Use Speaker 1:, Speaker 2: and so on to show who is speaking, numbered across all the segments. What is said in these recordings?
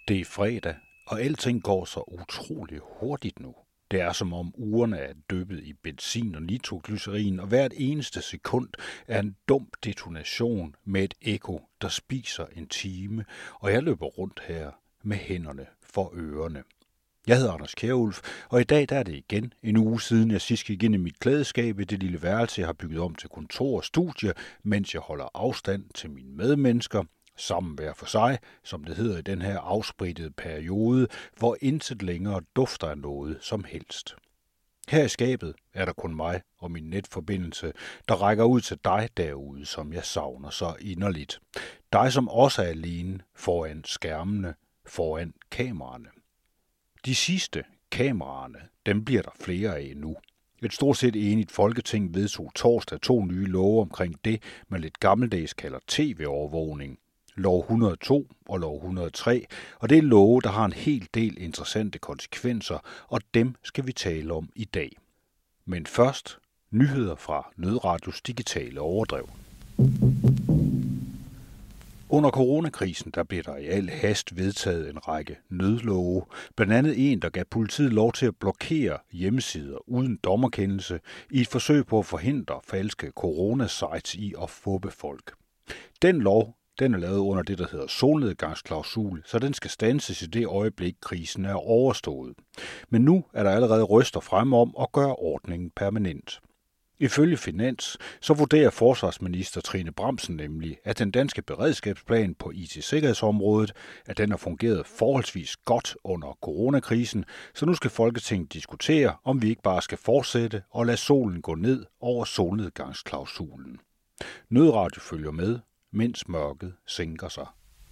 Speaker 1: Det er fredag, og alting går så utrolig hurtigt nu. Det er som om ugerne er dyppet i benzin og nitroglycerin, og hvert eneste sekund er en dum detonation med et ekko, der spiser en time, og jeg løber rundt her med hænderne for ørerne. Jeg hedder Anders Kjærulf, og i dag der er det igen en uge siden, jeg sidst gik ind i mit klædeskab i det lille værelse, jeg har bygget om til kontor og studie, mens jeg holder afstand til mine medmennesker, sammen hver for sig, som det hedder i den her afsprittede periode, hvor intet længere dufter af noget som helst. Her i skabet er der kun mig og min netforbindelse, der rækker ud til dig derude, som jeg savner så inderligt. Dig, som også er alene foran skærmene, foran kameraerne. De sidste kameraerne, dem bliver der flere af nu. Et stort set enigt Folketing vedtog torsdag 2 nye love omkring det, man lidt gammeldags kalder tv-overvågning. Lov 102 og lov 103, og det er love, der har en hel del interessante konsekvenser, og dem skal vi tale om i dag. Men først nyheder fra Nødradios digitale overdrev. Under coronakrisen der blev der i al hast vedtaget en række nødlove, blandt andet en, der gav politiet lov til at blokere hjemmesider uden dommerkendelse i et forsøg på at forhindre falske coronasites i at fubbe folk. Den lov den er lavet under det, der hedder solnedgangsklausul, så den skal standses i det øjeblik, krisen er overstået. Men nu er der allerede røster frem om at gøre ordningen permanent. Ifølge Finans, så vurderer forsvarsminister Trine Bramsen nemlig, at den danske beredskabsplan på IT-sikkerhedsområdet, at den har fungeret forholdsvis godt under coronakrisen, så nu skal Folketinget diskutere, om vi ikke bare skal fortsætte og lade solen gå ned over solnedgangsklausulen. Nødradio følger med, mens mørket sænker sig.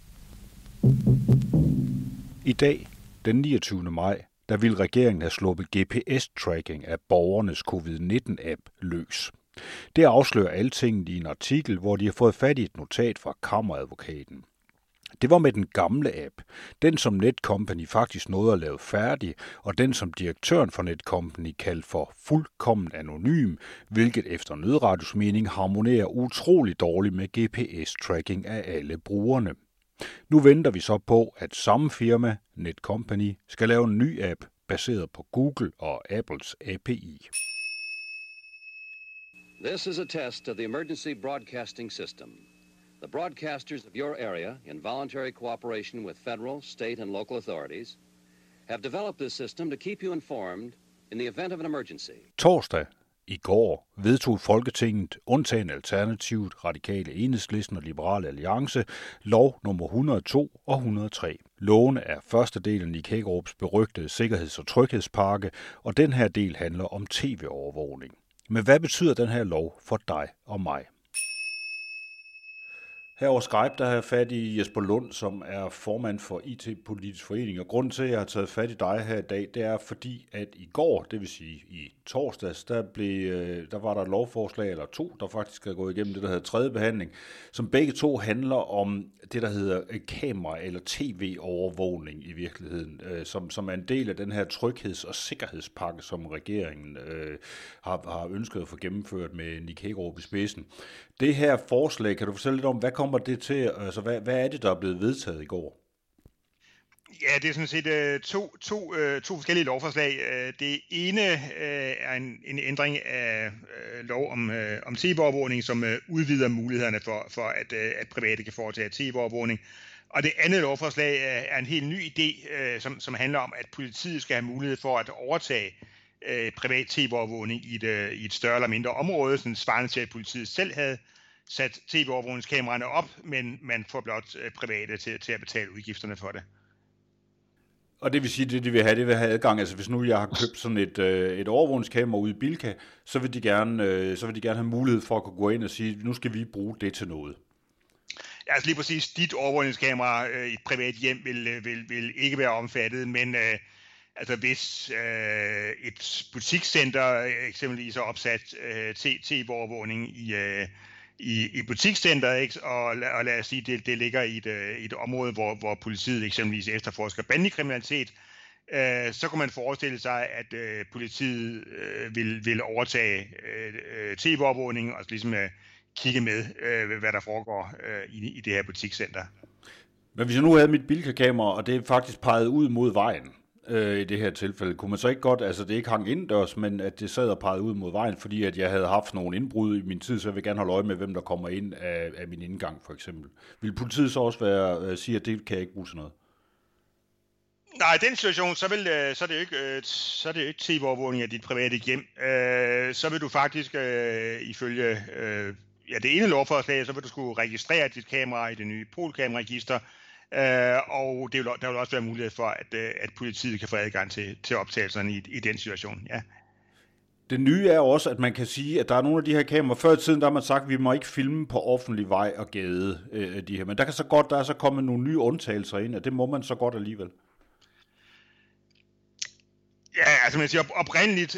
Speaker 1: I dag, den 29. maj, der vil regeringen have sluppet GPS-tracking af borgernes covid-19-app løs. Det afslører Altinget i en artikel, hvor de har fået fat i et notat fra kammeradvokaten. Det var med den gamle app, den som Netcompany faktisk nåede at lave færdig, og den som direktøren for Netcompany kaldte for fuldkommen anonym, hvilket efter Nødradios mening harmonerer utrolig dårligt med GPS-tracking af alle brugerne. Nu venter vi så på, at samme firma, Netcompany, skal lave en ny app baseret på Google og Apples API.
Speaker 2: This is a test of the emergency broadcasting system. The broadcasters of your area, in voluntary cooperation with federal, state, and local authorities, have developed this system to keep you informed in the event of an emergency.
Speaker 1: Torsdag i går vedtog Folketinget, undtagen Alternativet, Radikale Enhedslisten og Liberale Alliance, lov nummer 102 og 103. Lovene er første del af Nick Hækkerups berygtede sikkerheds- og tryghedspakke, og den her del handler om tv-overvågning. Men hvad betyder den her lov for dig og mig? Her over Skype, der har jeg fat i Jesper Lund, som er formand for IT-politisk forening. Og grunden til, at jeg har taget fat i dig her i dag, det er fordi, at i går, det vil sige i torsdags, der var der et lovforslag, eller to, der faktisk er gået igennem det, der hedder tredje behandling, som begge to handler om det, der hedder kamera- eller tv-overvågning i virkeligheden, som er en del af den her trygheds- og sikkerhedspakke, som regeringen har ønsket at få gennemført med Nick Hækkerup i spidsen. Det her forslag, kan du fortælle lidt om, hvad kommer det til? Altså, hvad er det, der er blevet vedtaget i går?
Speaker 3: Ja, det er sådan set to forskellige lovforslag. Det ene er en ændring af lov om tv-overvågning, som udvider mulighederne for at private kan foretage tv-overvågning. Og det andet lovforslag er en helt ny idé, som handler om, at politiet skal have mulighed for at overtage privat tv-overvågning i et større eller mindre område, sådan svarende til, at politiet selv havde sat tv-overvågningskameraerne op, men man får blot private til at betale udgifterne for det.
Speaker 1: Og det vil sige, det vil have adgang. Altså hvis nu jeg har købt sådan et overvågningskamera ude i Bilka, så vil de gerne have mulighed for at kunne gå ind og sige, nu skal vi bruge det til noget.
Speaker 3: Ja, altså lige præcis, dit overvågningskamera i et privat hjem vil ikke være omfattet, men altså hvis et butikscenter eksempelvis har opsat tv-overvågning i butikscenteret, ikke? Og lad os sige, det ligger i et område, hvor politiet eksempelvis efterforsker bandekriminalitet, så kan man forestille sig, at politiet vil overtage tv-overvågning og ligesom kigge med, hvad der foregår i det her butikscenter.
Speaker 1: Men hvis jeg nu havde mit bilkamera, og det er faktisk peget ud mod vejen i det her tilfælde, kunne man så ikke godt, altså det ikke hang indendørs, men at det sad og pegede ud mod vejen, fordi at jeg havde haft nogle indbrud i min tid, så jeg vil gerne holde øje med, hvem der kommer ind af min indgang, for eksempel. Vil politiet så også sige, at det kan jeg ikke bruge til noget?
Speaker 3: Nej, i den situation, så er det jo ikke tv-overvågning af dit private hjem. Så vil du faktisk ifølge det ene lovforslag, så vil du skulle registrere dit kamera i det nye Polkameraregister, og der vil også være mulighed for, at politiet kan få adgang til optagelserne i den situation. Ja.
Speaker 1: Det nye er også, at man kan sige, at der er nogle af de her kameraer. Før i tiden, der har man sagt, at vi må ikke filme på offentlig vej og gade de her. Men der er så kommet nogle nye undtagelser ind, og det må man så godt alligevel.
Speaker 3: Ja, altså man siger oprindeligt,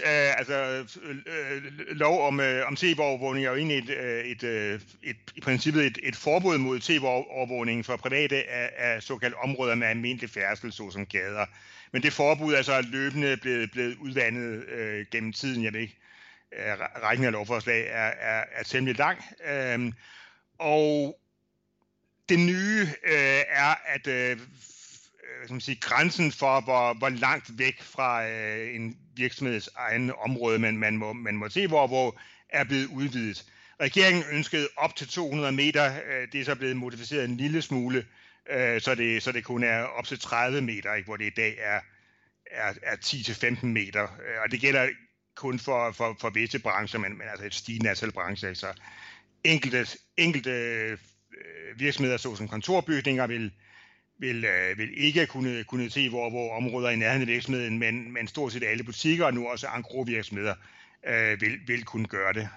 Speaker 3: lov om tv-overvågning er jo egentlig i princippet et forbud mod tv-overvågning for private af såkaldt områder med almindelig færdsel, såsom gader. Men det forbud er så løbende blevet udvandet gennem tiden. Jeg ved ikke, rækken af lovforslag er temmelig lang. Og det nye er, at grænsen for, hvor langt væk fra en virksomheds egen område man må tv-overvåge, er blevet udvidet. Regeringen ønskede op til 200 meter. Det er så blevet modificeret en lille smule, så det kun er op til 30 meter, ikke, hvor det i dag er 10-15 meter. Og det gælder kun for visse brancher, men altså et stigende antal brancher. Så enkelte virksomheder, såsom kontorbygninger, vil ikke kunne tv-overvåge områder i nærheden af virksomheden, men stort set alle butikker og nu også engrosvirksomheder vil kunne gøre det.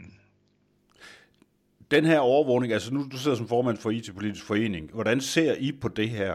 Speaker 1: Den her overvågning, altså nu du sidder som formand for IT-politisk forening, hvordan ser I på det her?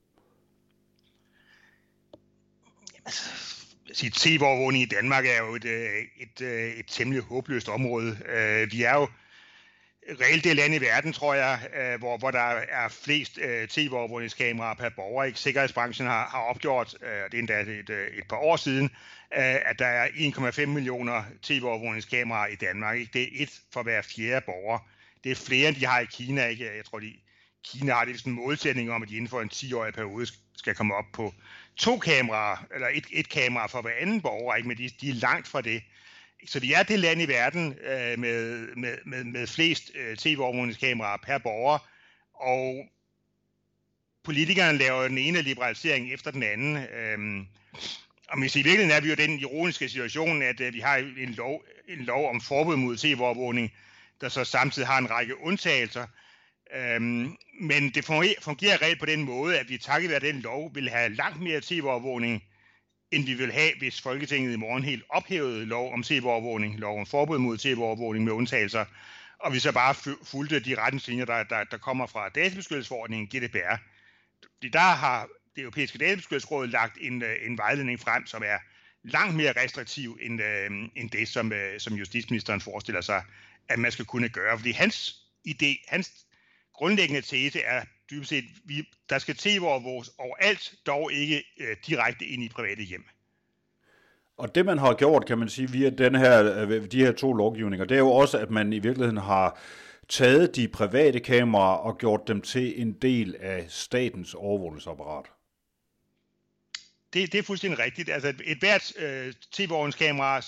Speaker 3: TV-overvågning i Danmark er jo et temmelig håbløst område. Vi er jo reelt det land i verden, tror jeg, hvor der er flest tv-overvågningskameraer per borger. Ikke? Sikkerhedsbranchen har opgjort, det er endda et par år siden, at der er 1,5 millioner tv-overvågningskameraer i Danmark. Ikke? Det er et for hver fjerde borger. Det er flere, end de har i Kina. Ikke? Jeg tror, Kina har det en målsætning om, at de inden for en 10-årig periode skal komme op på 2 kameraer, eller et kamera for hver anden borger, ikke? Men de er langt fra det. Så vi er det land i verden med flest tv-overvågningskameraer per borger, og politikerne laver den ene liberalisering efter den anden. Og i virkeligheden er vi jo den ironiske situation, at vi har en lov om forbud mod tv-overvågning, der så samtidig har en række undtagelser. Men det fungerer reelt på den måde, at vi takket være den lov vil have langt mere tv-overvågning, end vi vil have, hvis Folketinget i morgen helt ophævede lov om tv-overvågning, lov om forbud mod tv-overvågning med undtagelser, og vi så bare fulgte de retningslinjer, der kommer fra databeskyttelsesforordningen GDPR. Der har det europæiske databeskyttelsesråd lagt en vejledning frem, som er langt mere restriktiv end det, som justitsministeren forestiller sig, at man skal kunne gøre. Fordi hans grundlæggende tese er dybest set, der skal tv-overvåges overalt, dog ikke direkte ind i private hjem.
Speaker 1: Og det man har gjort, kan man sige, via de her 2 lovgivninger, det er jo også, at man i virkeligheden har taget de private kameraer og gjort dem til en del af statens overvågningsapparat.
Speaker 3: Det er fuldstændig rigtigt. Altså et hvert tv-overvågningskamera,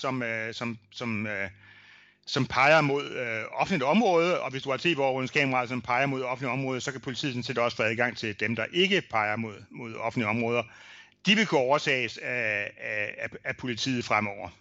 Speaker 3: som peger mod offentligt område, og hvis du har tv-overvågningskameraer, som peger mod offentligt område, så kan politiet sådan set også få adgang til dem, der ikke peger mod offentlige områder. De vil kunne overtages af politiet fremover.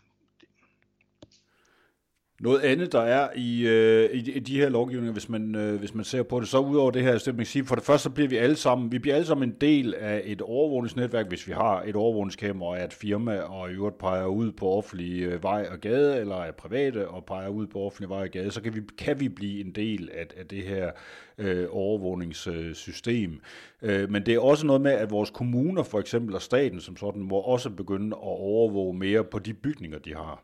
Speaker 1: Noget andet, der er i de her lovgivninger, hvis man ser på det, så udover det her, så man kan sige, for det første, så bliver vi alle sammen en del af et overvågningsnetværk, hvis vi har et overvågningskamera af et firma, og i øvrigt peger ud på offentlig vej og gade, eller er private og peger ud på offentlig vej og gade, så kan vi blive en del af det her overvågningssystem. Men det er også noget med, at vores kommuner, for eksempel, og staten som sådan, må også begynde at overvåge mere på de bygninger, de har.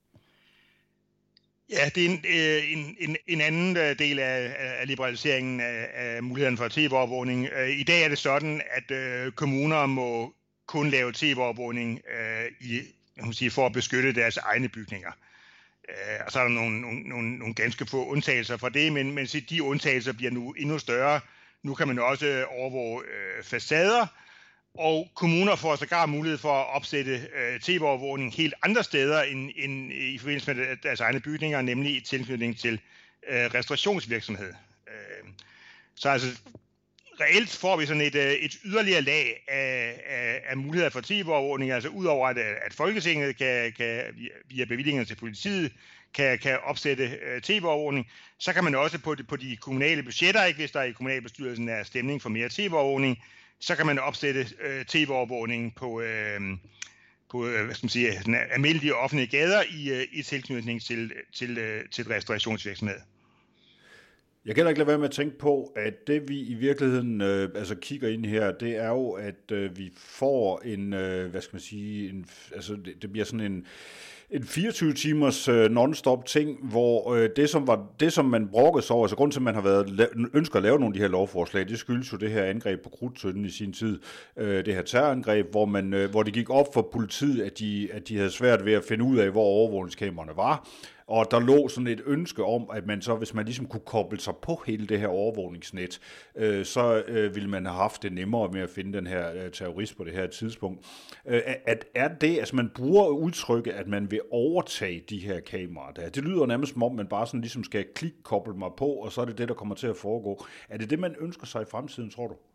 Speaker 3: Ja, det er en anden del af liberaliseringen af muligheden for tv-overvågning. I dag er det sådan, at kommuner må kun lave tv-overvågning for at beskytte deres egne bygninger. Og så er der nogle ganske få undtagelser for det, men de undtagelser bliver nu endnu større, Nu kan man også overvåge facader, og kommuner får sågar mulighed for at opsætte tv-overvågning helt andre steder end i forbindelse med deres egne bygninger, nemlig i tilknytning til restaurationsvirksomhed. Så altså reelt får vi sådan et yderligere lag af muligheder for tv-overvågning, altså udover at Folketinget kan via bevillinger til politiet kan opsætte tv-overvågning, så kan man også på de kommunale budgetter, ikke, hvis der i kommunalbestyrelsen er stemning for mere tv-overvågning, så kan man opsætte tv-overvågning på hvad skal man sige, almindelige offentlige gader i tilknytning til restaurationsvirksomhed.
Speaker 1: Jeg kan da ikke lade være med at tænke på, at det vi i virkeligheden kigger ind her, det er jo, at vi får en, hvad skal man sige, det bliver sådan en 24 timers non-stop ting, hvor det som man brokkede sig over, altså grund til, at man har ønsker at lave nogle af de her lovforslag, det skyldes jo det her angreb på Krudttønden i sin tid, det her terrorangreb, hvor det gik op for politiet, at de havde svært ved at finde ud af, hvor overvågningskameraerne var. Og der lå sådan et ønske om, at man så, hvis man ligesom kunne koble sig på hele det her overvågningsnet, så ville man have haft det nemmere med at finde den her terrorist på det her tidspunkt. Er det, altså man bruger udtrykket, at man vil overtage de her kameraer der. Det lyder nærmest som om, man bare sådan ligesom skal klikkoble mig på, og så er det det, der kommer til at foregå. Er det det, man ønsker sig i fremtiden, tror du?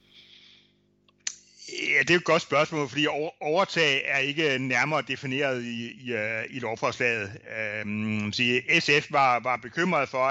Speaker 3: Ja, det er jo et godt spørgsmål, fordi overtag er ikke nærmere defineret i lovforslaget. SF var bekymret for,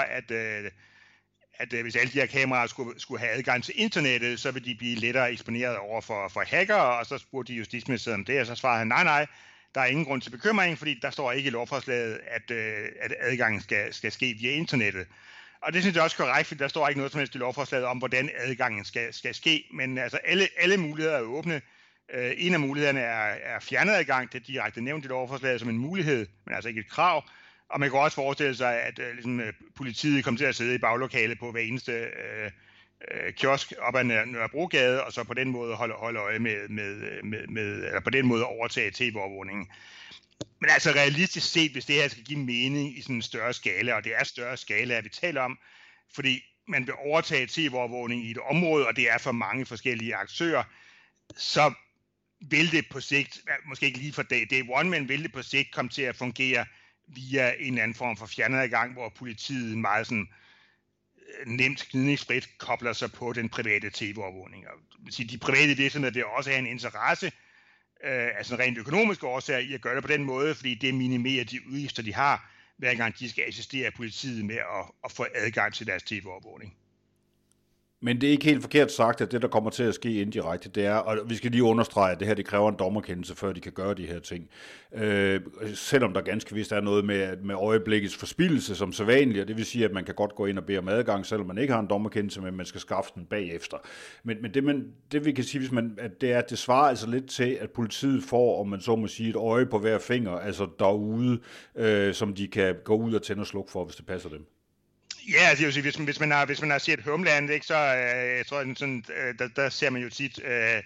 Speaker 3: at hvis alle de her kameraer skulle have adgang til internettet, så ville de blive lettere eksponeret over for hackere, og så spurgte de Justitsministeriet om det, og så svarede han, nej, der er ingen grund til bekymring, fordi der står ikke i lovforslaget, at adgangen skal ske via internettet. Og det synes jeg også er korrekt, fordi der står ikke noget som helst i lovforslaget om, hvordan adgangen skal ske, men altså alle muligheder er åbne. En af mulighederne er fjernet adgang, det er direkte nævnt i lovforslaget som en mulighed, men altså ikke et krav. Og man kan også forestille sig, at politiet kommer til at sidde i baglokalet på hver eneste kiosk op ad Nørrebrogade, og så på den måde holde øje eller på den måde overtage tv-overvågningen. Men altså realistisk set, hvis det her skal give mening i sådan en større skala, og det er større skala, vi taler om, fordi man vil overtage tv-overvågning i et område, og det er for mange forskellige aktører, så vil det på sigt, måske ikke lige fra day one, men vil det på sigt komme til at fungere via en eller anden form for fjernadgang, hvor politiet meget sådan nemt gnidningsfrit kobler sig på den private tv-overvågning. De private virksomheder vil også have en interesse, altså rent økonomiske årsager i at gøre det på den måde, fordi det minimerer de udgifter, de har, hver gang de skal assistere politiet med at få adgang til deres tv-overvågning.
Speaker 1: Men det er ikke helt forkert sagt, at det, der kommer til at ske indirekte, det er, og vi skal lige understrege, at det her det kræver en dommerkendelse, før de kan gøre de her ting. Selvom der ganske vist er noget med øjeblikkets forspildelse som sædvanligt, og det vil sige, at man kan godt gå ind og bede om adgang, selvom man ikke har en dommerkendelse, men man skal skaffe den bagefter. Men det vi kan sige, at det svarer altså lidt til, at politiet får, om man så må sige, et øje på hver finger, altså derude, som de kan gå ud og tænde og slukke for, hvis det passer dem.
Speaker 3: Ja, altså, jeg vil sige, hvis man har set Homeland, ikke, så jeg tror, sådan, der ser man jo tit,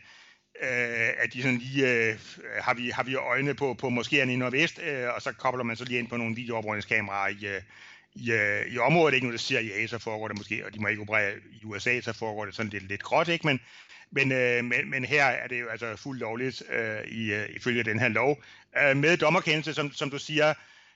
Speaker 3: at de sådan lige har vi øjne på moskéerne i Nordvest, og så kobler man så lige ind på nogle videoovervågningskameraer i området. Ikke nu det siger CIA, så foregår det måske, og de må ikke operere i USA, så foregår det sådan lidt gråt, ikke? Men her er det jo altså fuldt lovligt ifølge den her lov med dommerkendelse, som du siger,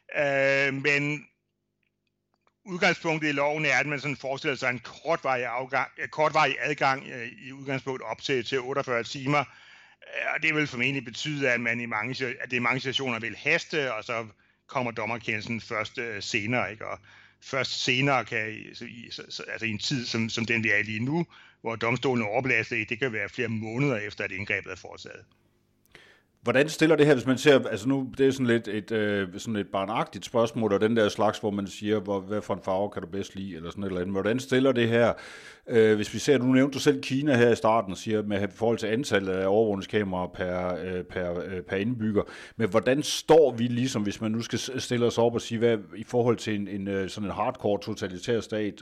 Speaker 3: men udgangspunktet i loven er, at man sådan forestiller sig en kortvarig adgang i udgangspunktet op til 48 timer. Og det vil formentlig betyde, at det i mange situationer vil haste, og så kommer dommerkendelsen først senere. Ikke? Og først senere kan, altså i en tid som den vi er lige nu, hvor domstolen er overbelastet, det kan være flere måneder efter, at indgrebet er foretaget.
Speaker 1: Hvordan stiller det her, hvis man ser, altså nu, det er sådan et barnagtigt spørgsmål, og den der slags, hvor man siger, hvad for en farve kan du bedst lide, eller sådan et eller andet. Hvordan stiller det her, hvis vi ser, nu nævnte du selv Kina her i starten, og siger, med i forhold til antallet af overvågningskameraer per indbygger, men hvordan står vi ligesom, hvis man nu skal stille os op og sige, hvad i forhold til sådan en hardcore totalitær stat,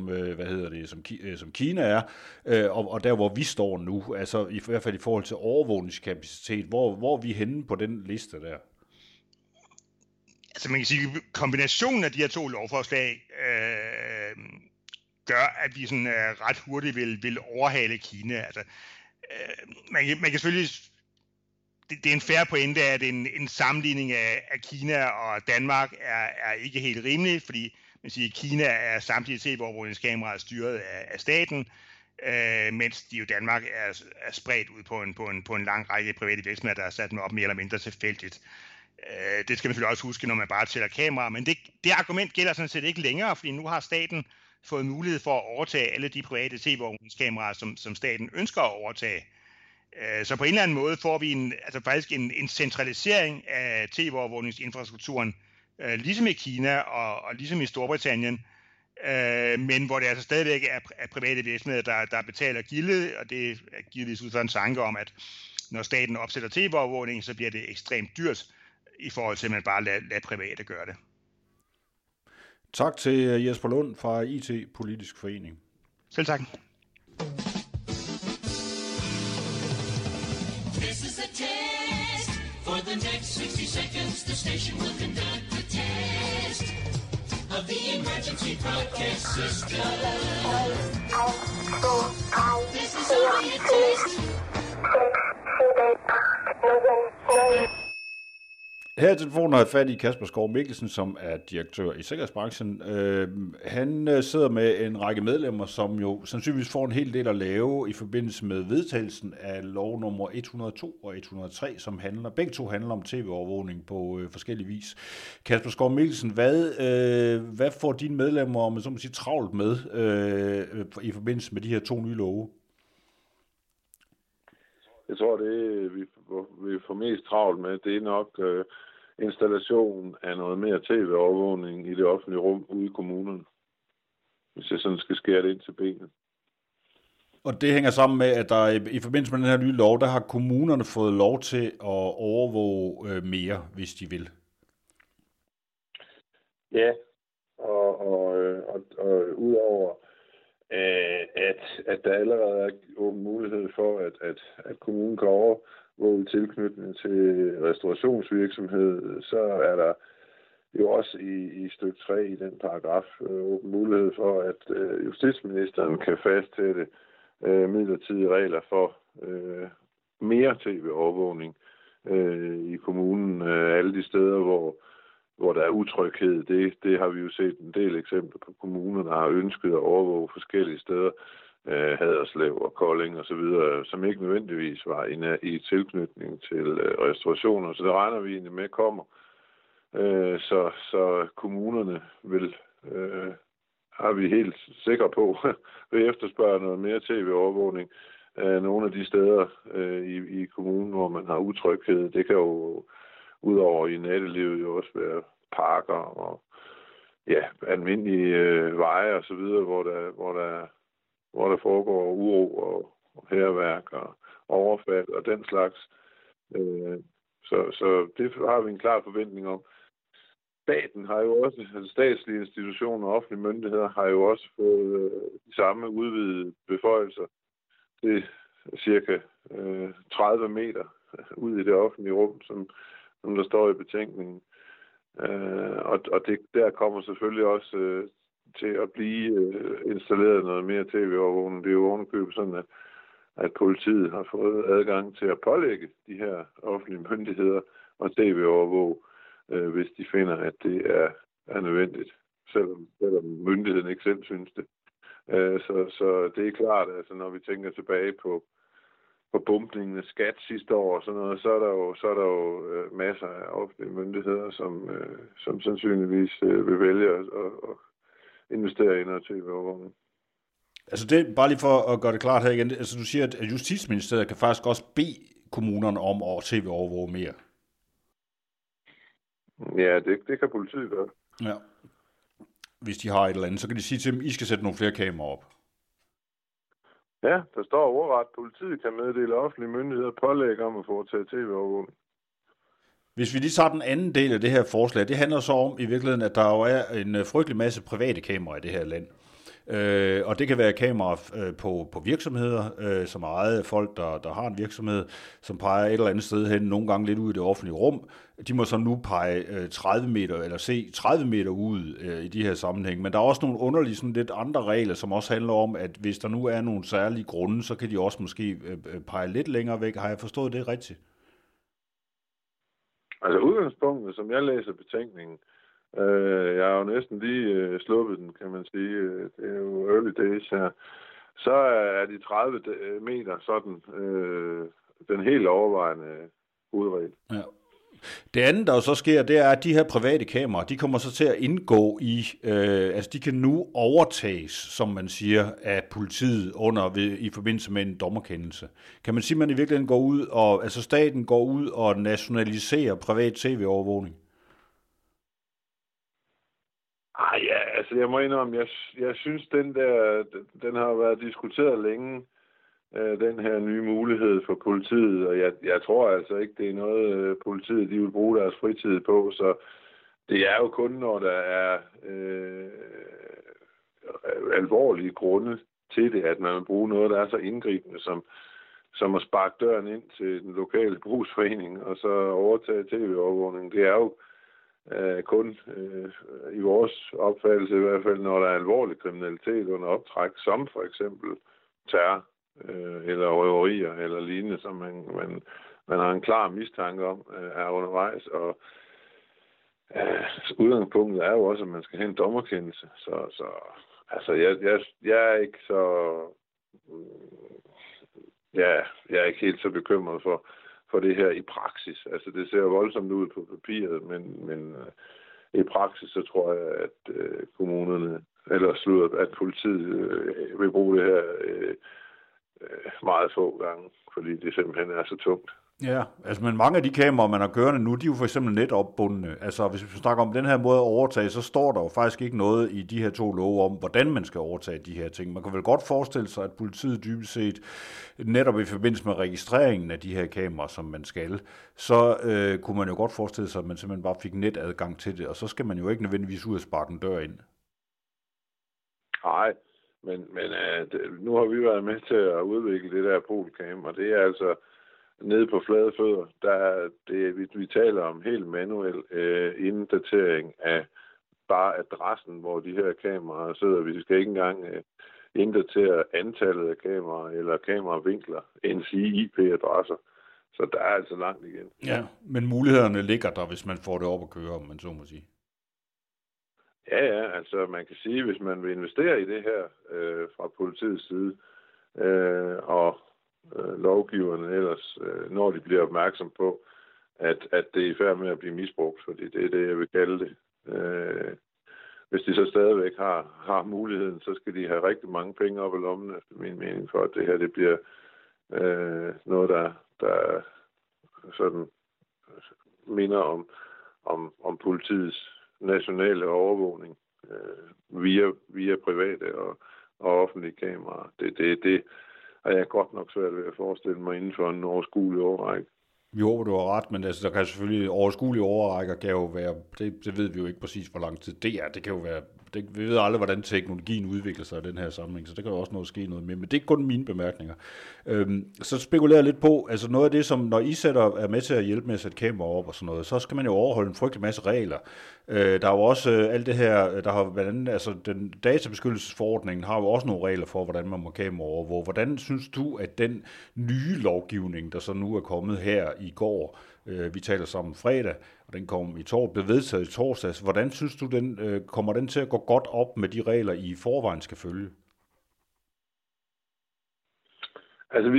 Speaker 1: som Kina er, og der hvor vi står nu, altså i hvert fald i forhold til overvågningskapacitet, hvor er vi henne på den liste der?
Speaker 3: Altså man kan sige, kombinationen af de her to lovforslag gør, at vi sådan ret hurtigt vil overhale Kina. Altså, man kan selvfølgelig... Det er en fair pointe, at en sammenligning af Kina og Danmark er ikke helt rimelig, fordi man siger, at Kina er samtidig TV-overvågningskameraer styret af staten, mens de jo Danmark er spredt ud på en lang række private virksomheder, der er sat dem op mere eller mindre tilfældigt. Det skal man selvfølgelig også huske, når man bare tæller kameraer, men det argument gælder sådan set ikke længere, fordi nu har staten fået mulighed for at overtage alle de private TV-overvågningskameraer, som staten ønsker at overtage. Så på en eller anden måde får vi faktisk en centralisering af TV-overvågningsinfrastrukturen, ligesom i Kina og ligesom i Storbritannien, men hvor det altså stadigvæk er private virksomheder, der betaler gildet, og det er givetvis ud fra en tanke om, at når staten opsætter TV-overvågning, så bliver det ekstremt dyrt i forhold til, at man bare lader private gøre det.
Speaker 1: Tak til Jesper Lund fra IT Politisk Forening.
Speaker 3: Selv tak.
Speaker 4: This is a test. For the next 60 seconds, the station will conduct a test of the emergency broadcast system. This is only a test.
Speaker 1: Her i telefonen har jeg fat i Kasper Skov Mikkelsen, som er direktør i sikkerhedsbranchen. Han sidder med en række medlemmer, som jo sandsynligvis får en hel del at lave i forbindelse med vedtagelsen af lov nummer 102 og 103, som begge to handler om tv-overvågning på forskellige vis. Kasper Skov Mikkelsen, hvad får dine medlemmer, om man så må sige, travlt med i forbindelse med de her to nye love?
Speaker 5: Jeg tror, det vi får mest travlt med, det er nok installation af noget mere tv-overvågning i det offentlige rum ude i kommunerne. Hvis jeg sådan skal skære det ind til benet.
Speaker 1: Og det hænger sammen med, at der i forbindelse med den her nye lov, der har kommunerne fået lov til at overvåge mere, hvis de vil.
Speaker 5: Ja, og udover at der allerede er åben mulighed for, at kommunen kan overvåge tilknytning til restaurationsvirksomhed, så er der jo også i stykke 3 i den paragraf åben mulighed for, at justitsministeren kan fastsætte midlertidige regler for mere tv-overvågning i kommunen. Alle de steder, hvor der er utryghed, det har vi jo set en del eksempler på kommuner, der har ønsket at overvåge forskellige steder, Haderslev og Kolding og så videre, som ikke nødvendigvis var i tilknytning til restaurationer. Så det regner vi egentlig med kommer. Så kommunerne har vi helt sikre på, vil efterspørge noget mere tv-overvågning. Nogle af de steder i kommunen, hvor man har utryghed, det kan jo udover i nattelivet jo også være parker og almindelige veje og så videre, hvor der foregår uro og hærværk og overfald og den slags. Så det har vi en klar forventning om. Staten har jo også, altså statslige institutioner og offentlige myndigheder har jo også fået de samme udvidede beføjelser. Det er cirka 30 meter ud i det offentlige rum, som der står i betænkningen. Og der kommer selvfølgelig også til at blive installeret noget mere tv-overvågning. Det er jo ovenikøbet sådan, at politiet har fået adgang til at pålægge de her offentlige myndigheder og tv-overvåge, hvis de finder, at det er nødvendigt, selvom myndigheden ikke selv synes det. Så det er klart, altså når vi tænker tilbage på bumpningen af skat sidste år og sådan noget, så er der jo masser af offentlige myndigheder, som sandsynligvis vil vælge at investere i noget tv-overvågning.
Speaker 1: Altså det, bare lige for at gøre det klart her igen, altså du siger, at Justitsministeriet kan faktisk også bede kommunerne om at tv-overvåge mere.
Speaker 5: Ja, det kan politiet gøre.
Speaker 1: Ja. Hvis de har et eller andet, så kan de sige til dem, I skal sætte nogle flere kameraer op.
Speaker 5: Ja, der står overret. Politiet kan meddele offentlige myndigheder pålæg om at foretage tv-overvågning.
Speaker 1: Hvis vi lige tager den anden del af det her forslag, det handler så om i virkeligheden, at der jo er en frygtelig masse private kameraer i det her land. Og det kan være kameraer på virksomheder, som er ejet af folk, der har en virksomhed, som peger et eller andet sted hen, nogle gange lidt ud i det offentlige rum. De må så nu pege 30 meter, eller se 30 meter ud i de her sammenhæng. Men der er også nogle underlige, sådan lidt andre regler, som også handler om, at hvis der nu er nogle særlige grunde, så kan de også måske pege lidt længere væk. Har jeg forstået det rigtigt?
Speaker 5: Altså udgangspunktet, som jeg læser betænkningen, jeg har jo næsten lige sluppet den, kan man sige. Det er jo early days her. Så er de 30 meter sådan den helt overvejende udregel.
Speaker 1: Ja. Det andet, der jo så sker, det er, at de her private kameraer, de kommer så til at indgå i, altså de kan nu overtages, som man siger, af politiet i forbindelse med en dommerkendelse. Kan man sige, at man i virkeligheden går ud, og altså staten går ud og nationaliserer privat tv-overvågning?
Speaker 5: Ja, altså jeg må indrømme, jeg synes, den har været diskuteret længe, den her nye mulighed for politiet, og jeg tror altså ikke, det er noget, politiet de vil bruge deres fritid på, så det er jo kun, når der er alvorlige grunde til det, at man vil bruge noget, der er så indgribende, som at sparke døren ind til den lokale brugsforening, og så overtage tv-overvågning. Det er jo kun i vores opfattelse i hvert fald, når der er alvorlig kriminalitet under optræk, som for eksempel terror, eller røverier eller lignende, som man har en klar mistanke om er undervejs, og udgangspunktet er jo også, at man skal have en dommerkendelse. Så altså, jeg er ikke så jeg er ikke helt så bekymret for det her i praksis. Altså, det ser voldsomt ud på papiret, men i praksis, så tror jeg, at kommunerne, at politiet vil bruge det her meget få gange, fordi det simpelthen er så tungt.
Speaker 1: Ja, altså men mange af de kameraer, man har kørende nu, de er jo for eksempel netopbundne. Altså hvis vi snakker om den her måde at overtage, så står der jo faktisk ikke noget i de her to love om, hvordan man skal overtage de her ting. Man kan vel godt forestille sig, at politiet dybest set, netop i forbindelse med registreringen af de her kameraer, som man skal, så kunne man jo godt forestille sig, at man simpelthen bare fik netadgang til det, og så skal man jo ikke nødvendigvis ud og sparke en dør ind. Nej.
Speaker 5: Men nu har vi været med til at udvikle det der polcam, og det er altså nede på flade fødder. Vi taler om helt manuel inddatering af bare adressen, hvor de her kameraer sidder. Vi skal ikke engang inddatere antallet af kameraer eller kameravinkler, end sige IP-adresser. Så der er altså langt igen.
Speaker 1: Ja, men mulighederne ligger der, hvis man får det op at køre, om man så må sige.
Speaker 5: Ja, altså man kan sige, hvis man vil investere i det her fra politiets side, og lovgiverne ellers, når de bliver opmærksom på, at det er i færd med at blive misbrugt, fordi det er det, jeg vil kalde det. Hvis de så stadigvæk har muligheden, så skal de have rigtig mange penge op i lommen, efter min mening, for at det her det bliver noget, der sådan minder om politiets nationale overvågning via private og offentlige kameraer. Det har jeg godt nok svært ved at forestille mig inden for en overskuelig årrække.
Speaker 1: Jo, du har ret, men altså, der kan selvfølgelig overskuelige overrækker kan jo være, det ved vi jo ikke præcis, hvor lang tid det er. Det kan jo være, vi ved aldrig, hvordan teknologien udvikler sig i den her sammenhæng, så det kan jo også ske noget med, men det er ikke kun mine bemærkninger. Så spekulerer jeg lidt på, altså noget af det, som når I er med til at hjælpe med at sætte kameraer op og sådan noget, så skal man jo overholde en frygtelig masse regler. Der er jo også alt det her, der har blandt andet, altså den databeskyttelsesforordningen har jo også nogle regler for, hvordan man må kamera overvåge. Hvordan synes du, at den nye lovgivning, der så nu er kommet her i går, vi taler sammen fredag, og den kom blev vedtaget i torsdags. Hvordan synes du, kommer den til at gå godt op med de regler, I forvejen skal følge?
Speaker 5: Altså,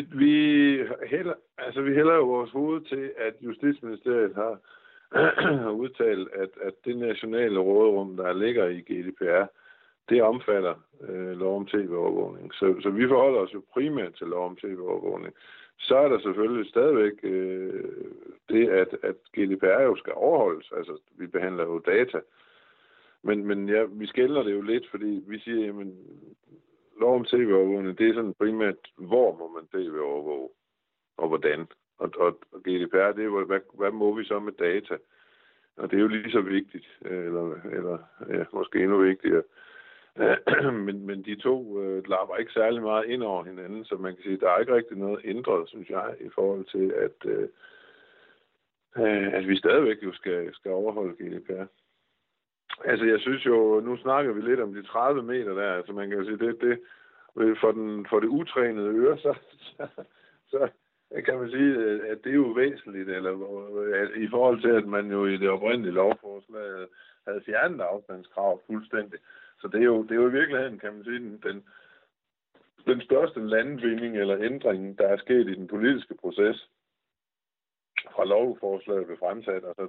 Speaker 5: vi hælder jo vores hoved til, at Justitsministeriet har udtalt, at det nationale råderum, der ligger i GDPR, det omfatter lov om tv-overvågning. Så vi forholder os jo primært til lov om tv-overvågning. Så er der selvfølgelig stadigvæk det, at GDPR jo skal overholdes. Altså, vi behandler jo data. Men ja, vi skelner det jo lidt, fordi vi siger, jamen, lov om tv-overvågning, det er sådan primært, hvor må man tv-overvåge, og hvordan. Og GDPR, det er jo, hvad må vi så med data? Og det er jo lige så vigtigt, eller ja, måske endnu vigtigere, Men de to lapper ikke særlig meget ind over hinanden, så man kan sige, at der er ikke rigtig noget ændret, synes jeg, i forhold til, at vi stadigvæk jo skal overholde GDPR. Altså, jeg synes jo, nu snakker vi lidt om de 30 meter der, altså man kan jo sige, det for det utrænede øre, så kan man sige, at det er jo væsentligt, eller i forhold til, at man jo i det oprindelige lovforslag havde fjernet afstandskrav fuldstændig. Så det er jo i virkeligheden, kan man sige, den største landvinding eller ændring, der er sket i den politiske proces fra lovforslaget blev fremsat og så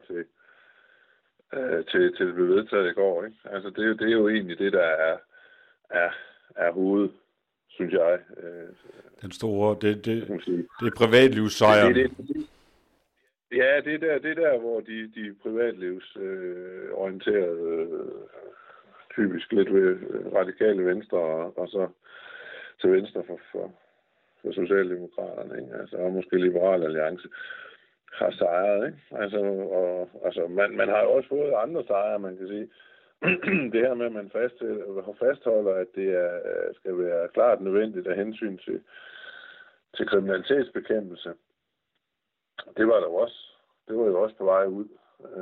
Speaker 5: til det blev vedtaget i går. Ikke? Altså det er jo egentlig det, der er hoved, synes jeg.
Speaker 1: Den store, det er privatlivssejren.
Speaker 5: Ja, det er der, hvor de privatlivsorienterede, typisk lidt ved radikale venstre, og så til venstre for Socialdemokraterne, ikke? Altså, og måske Liberal Alliance, har sejret, ikke? Altså, man har jo også fået andre sejre, man kan sige. Det her med, at man fastholder, at det skal være klart nødvendigt af hensyn til kriminalitetsbekæmpelse. Det var jo også på vej ud.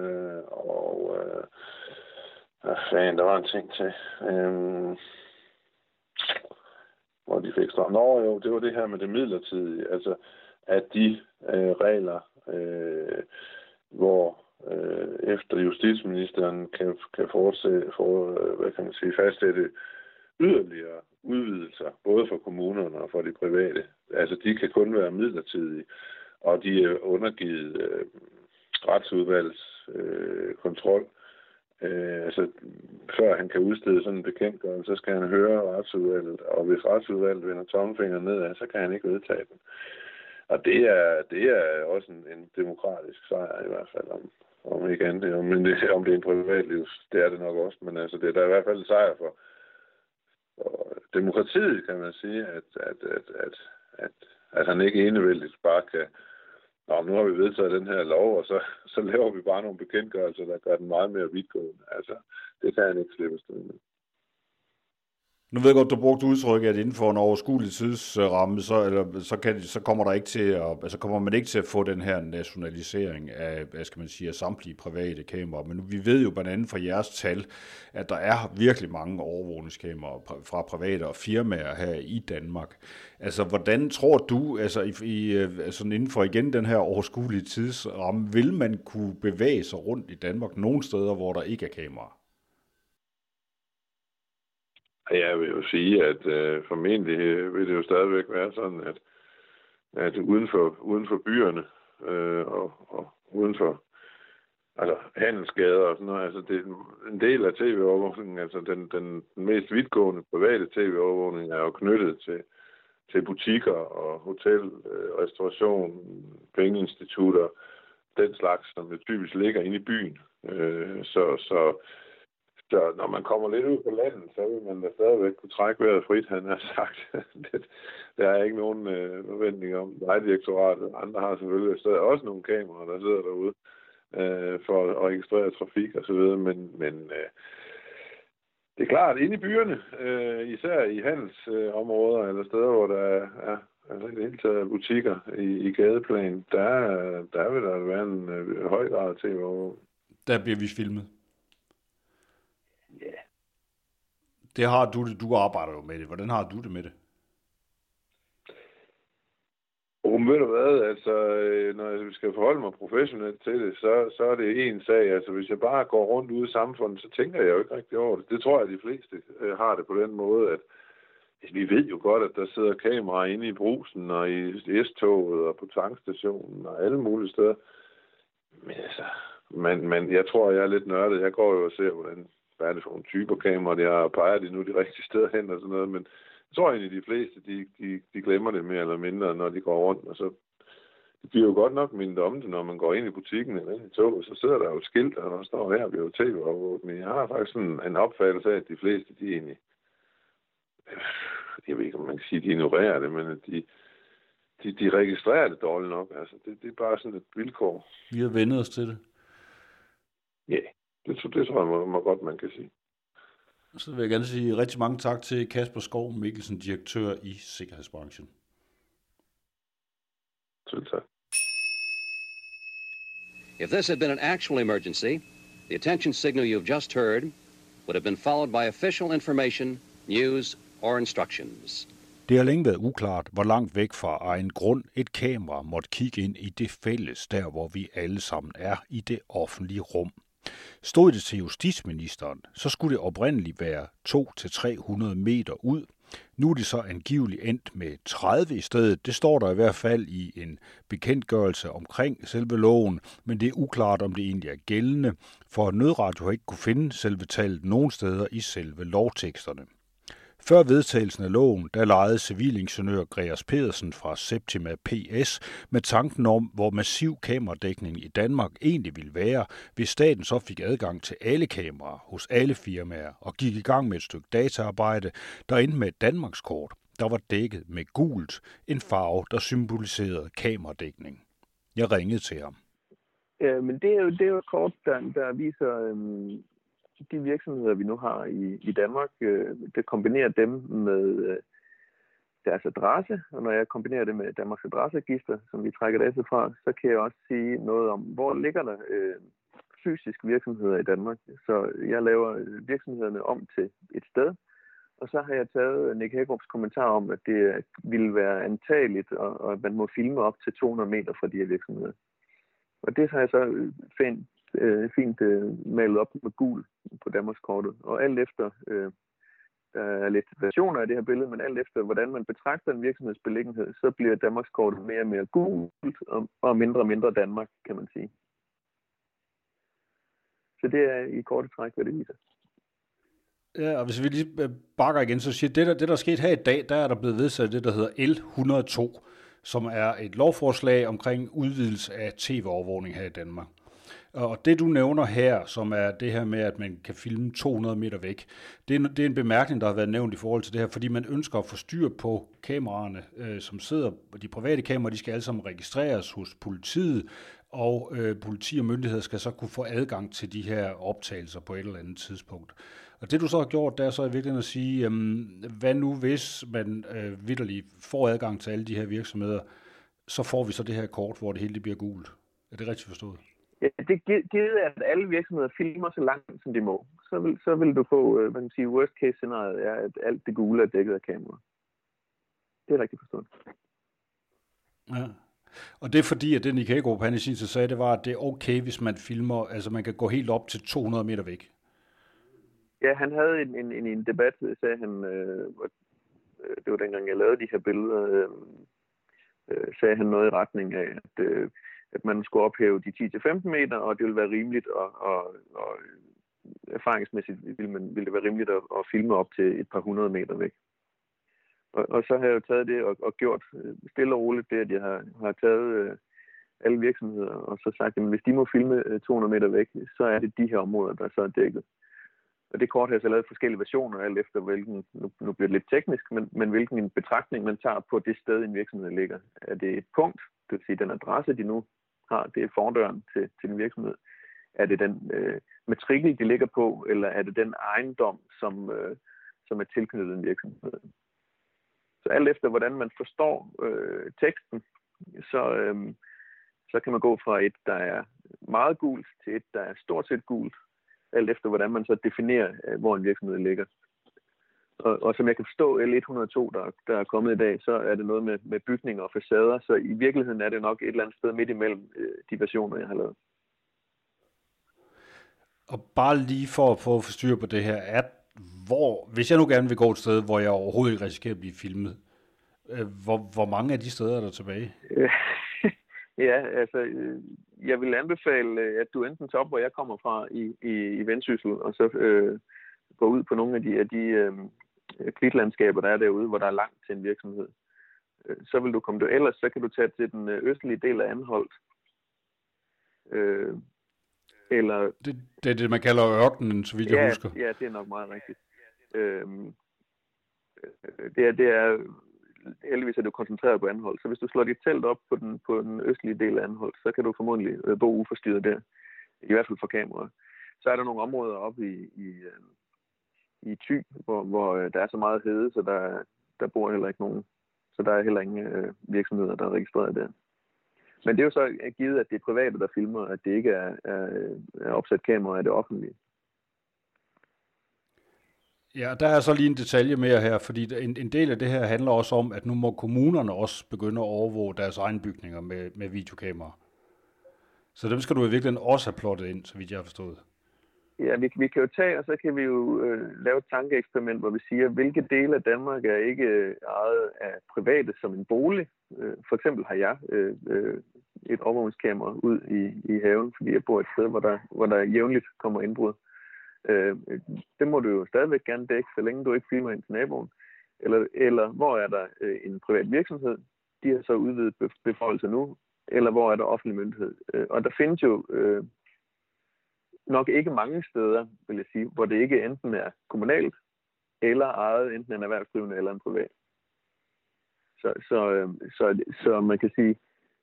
Speaker 5: Der var en ting til, hvor de fik stramt over. Jo, det var det her med det midlertidige. Altså, at de regler, hvor efter justitsministeren kan fastsætte yderligere udvidelser, både for kommunerne og for de private. Altså, de kan kun være midlertidige, og de er undergivet retsudvalgets kontrol. Altså, før han kan udstede sådan en bekendtgørelse, så skal han høre retsudvalget, og hvis retsudvalget vender tommelfingeren nedad, så kan han ikke vedtage den. Og det er også en demokratisk sejr i hvert fald, om ikke andet. Om det er en privatlivs, det er det nok også, men altså, det er der i hvert fald en sejr for demokratiet, kan man sige, at han ikke enevældigt bare kan, nu har vi vedtaget den her lov, og så laver vi bare nogle bekendtgørelser, der gør den meget mere vidtgående. Altså, det kan han ikke slippe stå med.
Speaker 1: Nu ved jeg godt, du brugte udtrykket, at inden for en overskuelig tidsramme, så kommer der ikke til kommer man ikke til at få den her nationalisering af, skal man sige, af samtlige private kameraer. Men vi ved jo blandt andet fra jeres tal, at der er virkelig mange overvågningskameraer fra private og firmaer her i Danmark. Altså, hvordan tror du, altså inden for igen den her overskuelige tidsramme, vil man kunne bevæge sig rundt i Danmark nogle steder, hvor der ikke er kameraer?
Speaker 5: Jeg vil jo sige, at formentlig vil det jo stadigvæk være sådan, at uden for byerne og uden for handelsgader og sådan noget, altså det er en del af tv-overvågningen, altså den mest vidtgående private tv-overvågning er jo knyttet til butikker og hotel, restauration, pengeinstitutter, den slags, som jo typisk ligger inde i byen. Så når man kommer lidt ud på landet, så vil man da stadigvæk kunne trække vejret frit, han har sagt. Der er ikke nogen forventning om Vejdirektoratet. Andre har selvfølgelig stadig også nogle kameraer, der sidder derude for at registrere trafik og så videre. Men det er klart, inde i byerne, især i handelsområder eller steder, hvor der er altså i det hele taget butikker i gadeplan, der vil der være en høj grad til overvågning.
Speaker 1: Der bliver vi filmet.
Speaker 5: Ja. Yeah.
Speaker 1: Det har du arbejder jo med det. Hvordan har du det med det?
Speaker 5: Ved du hvad, altså, når jeg skal forholde mig professionelt til det, så er det en sag. Altså, hvis jeg bare går rundt ude i samfundet, så tænker jeg jo ikke rigtig over det. Det tror jeg, de fleste har det på den måde, at vi ved jo godt, at der sidder kameraer inde i Brugsen og i S-toget og på tankstationen og alle mulige steder. Men altså, jeg tror, jeg er lidt nørdet. Jeg går jo og ser, hvad er det for nogle typer kameraer, de har, og peger de nu de rigtige steder hen og sådan noget, men jeg tror egentlig, de fleste, de glemmer det mere eller mindre, når de går rundt, og så det bliver jo godt nok mindet om det, når man går ind i butikken eller ind i toget, så sidder der jo et skilt, og der står her, bliver jo tv-overvåget, men jeg har faktisk sådan en opfattelse af, at de fleste, de egentlig, jeg ved ikke, om man kan sige, de ignorerer det, men at de registrerer det dårligt nok, altså det er bare sådan et vilkår.
Speaker 1: Vi har vendt os til det.
Speaker 5: Ja, det tror jeg godt, man kan sige.
Speaker 1: Så vil jeg gerne sige rigtig mange tak til Kasper Skov Mikkelsen, direktør i sikkerhedsbranchen.
Speaker 5: Selv tak.
Speaker 2: If this had been an actual emergency, the attention signal you've just heard would have been followed by official information, news, or instructions.
Speaker 1: Det har længe været uklart, hvor langt væk fra egen grund et kamera måtte kigge ind i det fælles, der hvor vi alle sammen er i det offentlige rum. Stod det til justitsministeren, så skulle det oprindeligt være 200-300 meter ud. Nu er det så angiveligt endt med 30 i stedet. Det står der i hvert fald i en bekendtgørelse omkring selve loven, men det er uklart, om det egentlig er gældende, for Nødradio har ikke kunne finde selve tallet nogen steder i selve lovteksterne. Før vedtagelsen af loven, der legede civilingeniør Gregers Pedersen fra Septima PS med tanken om, hvor massiv kameradækning i Danmark egentlig ville være, hvis staten så fik adgang til alle kameraer hos alle firmaer og gik i gang med et stykke dataarbejde, der endte med et Danmarkskort, der var dækket med gult, en farve, der symboliserede kameradækning. Jeg ringede til ham.
Speaker 6: Men det er jo et kort, der viser de virksomheder, vi nu har i Danmark, det kombinerer dem med deres adresse, og når jeg kombinerer det med Danmarks adresseregister, som vi trækker data fra, så kan jeg også sige noget om, hvor ligger der fysiske virksomheder i Danmark. Så jeg laver virksomhederne om til et sted, og så har jeg taget Nick Hækkerups kommentar om, at det ville være antageligt, og at man må filme op til 200 meter fra de her virksomheder. Og det har jeg så fint malet op med gul på Danmarkskortet. Og alt efter, der er lidt versioner af det her billede, men alt efter, hvordan man betragter en virksomhedsbeliggenhed, så bliver Danmarkskortet mere og mere gult, og mindre og mindre Danmark, kan man sige. Så det er i korte træk, hvad det viser.
Speaker 1: Ja, og hvis vi lige bakker igen, så siger det der er sket her i dag, der er der blevet vedtaget det, der hedder L102, som er et lovforslag omkring udvidelse af tv-overvågning her i Danmark. Og det du nævner her, som er det her med, at man kan filme 200 meter væk, det er en bemærkning, der har været nævnt i forhold til det her, fordi man ønsker at få styr på kameraerne, som sidder, de private kameraer, de skal alle sammen registreres hos politiet, og politi og myndigheder skal så kunne få adgang til de her optagelser på et eller andet tidspunkt. Og det du så har gjort, der er så i virkeligheden at sige, hvad nu hvis man vitterligt får adgang til alle de her virksomheder, så får vi så det her kort, hvor det hele bliver gult. Er det rigtigt forstået?
Speaker 6: Ja, det givet, at alle virksomheder filmer så langt, som de må. Så vil du få, hvad kan man sige, worst case scenariet er, at alt det gule er dækket af kamera. Det er rigtigt forstået.
Speaker 1: Ja. Og det er fordi, at det Nick Hækkerup, han i sin tid sagde, det var, at det er okay, hvis man filmer, altså man kan gå helt op til 200 meter væk.
Speaker 6: Ja, han havde en debat, sagde han, det var dengang, jeg lavede de her billeder, sagde han noget i retning af, at man skulle ophæve de 10-15 meter, og det ville være rimeligt, og erfaringsmæssigt ville det være rimeligt at filme op til et par 100 meter væk. Og så har jeg jo taget det og gjort stille og roligt det, at jeg har taget alle virksomheder, og så sagt, at hvis de må filme 200 meter væk, så er det de her områder, der så er dækket. Og det kort har jeg så lavet forskellige versioner, alt efter hvilken, nu bliver det lidt teknisk, men hvilken betragtning man tager på det sted, en virksomhed ligger. Er det et punkt, det vil sige den adresse, de nu har, det er fordøren til en virksomhed? Er det den matrikel, de ligger på, eller er det den ejendom, som er tilknyttet en virksomhed? Så alt efter, hvordan man forstår teksten, så kan man gå fra et, der er meget gult, til et, der er stort set gult, alt efter, hvordan man så definerer, hvor en virksomhed ligger. Og som jeg kan forstå, L102, der er kommet i dag, så er det noget med bygninger og facader, så i virkeligheden er det nok et eller andet sted midt imellem de versioner, jeg har lavet.
Speaker 1: Og bare lige for at få styr på det her, hvis jeg nu gerne vil gå et sted, hvor jeg overhovedet ikke risikerer at blive filmet, hvor mange af de steder er der tilbage?
Speaker 6: Ja, altså, jeg vil anbefale, at du enten tager op, hvor jeg kommer fra i Vendsyssel, og så går ud på nogle af de klitlandskaber, der er derude, hvor der er langt til en virksomhed. Så vil du komme der. Ellers så kan du tage til den østlige del af Anholt. Eller
Speaker 1: det er det, man kalder ørkenen, så vidt jeg husker.
Speaker 6: Ja, det er nok meget rigtigt. Det er heldigvis er du koncentreret på Anholt. Så hvis du slår dit telt op på den østlige del af Anholt, så kan du formodentlig bo uforstyrret der. I hvert fald for kameraer. Så er der nogle områder oppe i Thy, hvor der er så meget hede, så der bor heller ikke nogen. Så der er heller ingen virksomheder, der er registreret der. Men det er jo så givet, at det er private, der filmer, at det ikke er opsat kamera af det offentlige.
Speaker 1: Ja, der er så lige en detalje mere her, fordi en del af det her handler også om, at nu må kommunerne også begynde at overvåge deres egne bygninger med videokameraer. Så dem skal du i virkeligheden også have plottet ind, så vidt jeg har forstået.
Speaker 6: Ja, vi kan jo tage, og så kan vi jo lave et tankeeksperiment, hvor vi siger, hvilke dele af Danmark er ikke ejet af private som en bolig. For eksempel har jeg et overvågningskamera ud i haven, fordi jeg bor et sted, hvor der jævnligt kommer indbrud. Det må du jo stadigvæk gerne dække, så længe du ikke filmer ind til naboen. Eller hvor er der en privat virksomhed, de har så udvidet beføjelser nu, eller hvor er der offentlig myndighed. Og der findes jo nok ikke mange steder, vil jeg sige, hvor det ikke enten er kommunalt, eller ejet enten en erhvervsdrivende eller en privat. Så man kan sige,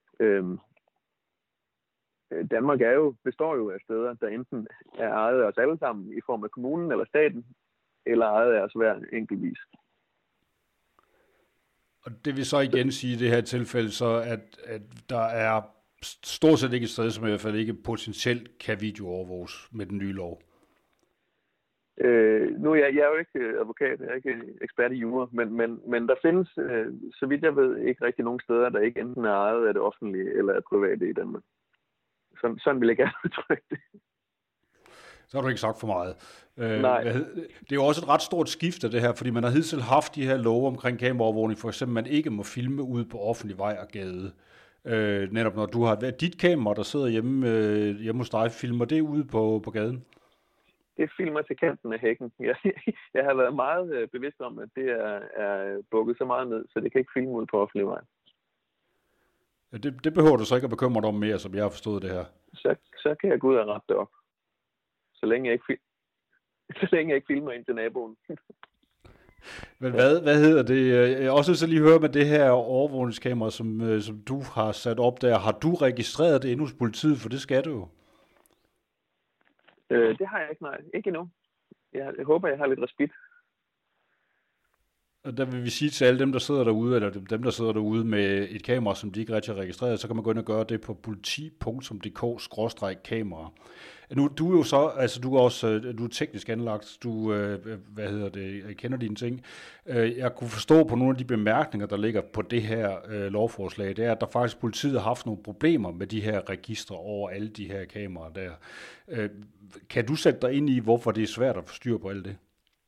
Speaker 6: Danmark består jo af steder, der enten er ejet af os alle sammen i form af kommunen eller staten, eller ejet af os hver enkeltvis.
Speaker 1: Og det vil så igen sige i det her tilfælde, så at der er stort set ikke et sted, som i hvert fald ikke potentielt kan videoovervåges med den nye lov.
Speaker 6: Nu er jeg jo ikke advokat, jeg er ikke ekspert i jura, men der findes, så vidt jeg ved, ikke rigtig nogen steder, der ikke enten er ejet af det offentlige eller af private i Danmark. Sådan vil jeg gerne udtrykke det.
Speaker 1: Så har du ikke sagt for meget.
Speaker 6: Nej.
Speaker 1: Det er jo også et ret stort skift af det her, fordi man har hidtil haft de her love omkring kameraovervågning, for eksempel man ikke må filme ude på offentlig vej og gade. Netop når du har dit kamera, der sidder hjemme hos dig, filmer det ude på gaden?
Speaker 6: Det filmer til kanten af hækken. Jeg har været meget bevidst om, at det er bukket så meget ned, så det kan ikke filme ud på offentlig vej.
Speaker 1: Det behøver du så ikke at bekymre dig om mere, som jeg har forstået det her.
Speaker 6: Så kan jeg gå ud og rette det op. Så længe jeg ikke filmer ind til naboen.
Speaker 1: Men hvad hedder det? Jeg også så lige høre med det her overvågningskamera, som du har sat op der. Har du registreret det inde hos politiet? For det skal du jo.
Speaker 6: Det har jeg ikke, nej. Ikke endnu. Jeg håber, jeg har lidt respit.
Speaker 1: Og der vil vi sige til alle dem, der sidder derude, eller dem, der sidder derude med et kamera, som de ikke rigtig har registreret, så kan man gå ind og gøre det på politi.dk/kamera. Nu, du er jo så, altså du er teknisk anlagt, du, kender dine ting. Jeg kunne forstå på nogle af de bemærkninger, der ligger på det her lovforslag, det er, at der faktisk politiet har haft nogle problemer med de her registre over alle de her kameraer der. Kan du sætte dig ind i, hvorfor det er svært at få styr på alt det?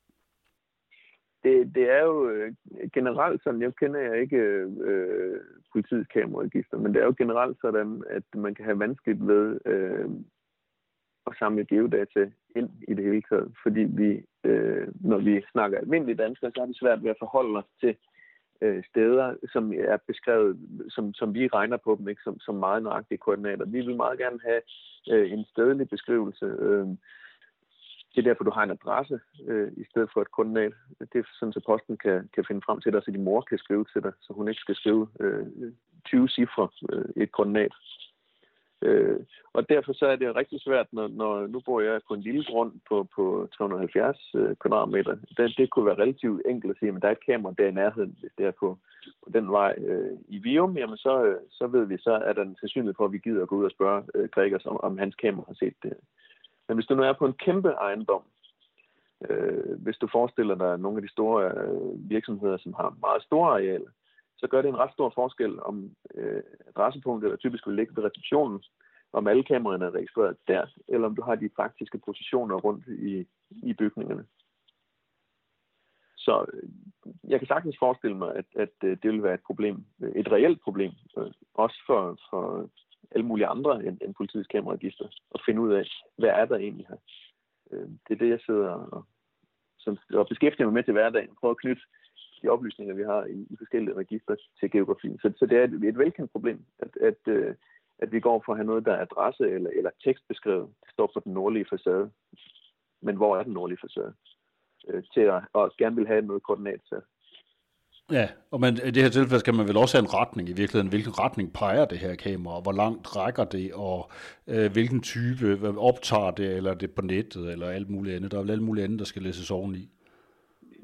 Speaker 6: Det er jo generelt sådan, jeg kender ikke politiets kameraregister, men det er jo generelt sådan, at man kan have vanskeligt ved at samle geodata ind i det hele taget, fordi vi, når vi snakker almindelige danskere, så er det svært ved at forholde os til steder, som er beskrevet, som vi regner på dem, ikke som meget nøjagtige koordinater. Vi vil meget gerne have en stedlig beskrivelse. Det er derfor, du har en adresse i stedet for et koordinat. Det er sådan, at posten kan finde frem til dig, så din mor kan skrive til dig, så hun ikke skal skrive 20 cifre i et koordinat. Og derfor så er det rigtig svært, når nu bor jeg på en lille grund på 370 kvadratmeter. Det kunne være relativt enkelt at sige, men der er et kamera der i nærheden, hvis det er på den vej i Vium, jamen så ved vi, så er der en sandsynlighed for, at vi gider at gå ud og spørge Gregers, om hans kamera har set det. Men hvis du nu er på en kæmpe ejendom, hvis du forestiller dig nogle af de store virksomheder, som har meget store arealer, så gør det en ret stor forskel, om adressepunktet, der typisk vil ligge ved receptionen, om alle kameraerne er registreret der, eller om du har de faktiske positioner rundt i bygningerne. Så jeg kan sagtens forestille mig, at det vil være et problem, et reelt problem, også for alle mulige andre end politiets kameraregister, at finde ud af, hvad er der egentlig her. Det er det, jeg sidder og beskæftiger mig med til hverdagen, prøver at knytte de oplysninger, vi har i forskellige registre til geografien. Så det er et velkendt problem, at vi går for at have noget, der er adresse eller tekstbeskrevet. Det står på den nordlige facade. Men hvor er den nordlige facade? Til at gerne vil have noget koordinat til.
Speaker 1: Ja, og i det her tilfælde skal man vel også have en retning i virkeligheden. Hvilken retning peger det her kamera? Hvor langt rækker det? Og hvilken type optager det? Eller er det på nettet? Eller alt muligt andet? Der er vel alt muligt andet, der skal læses oveni.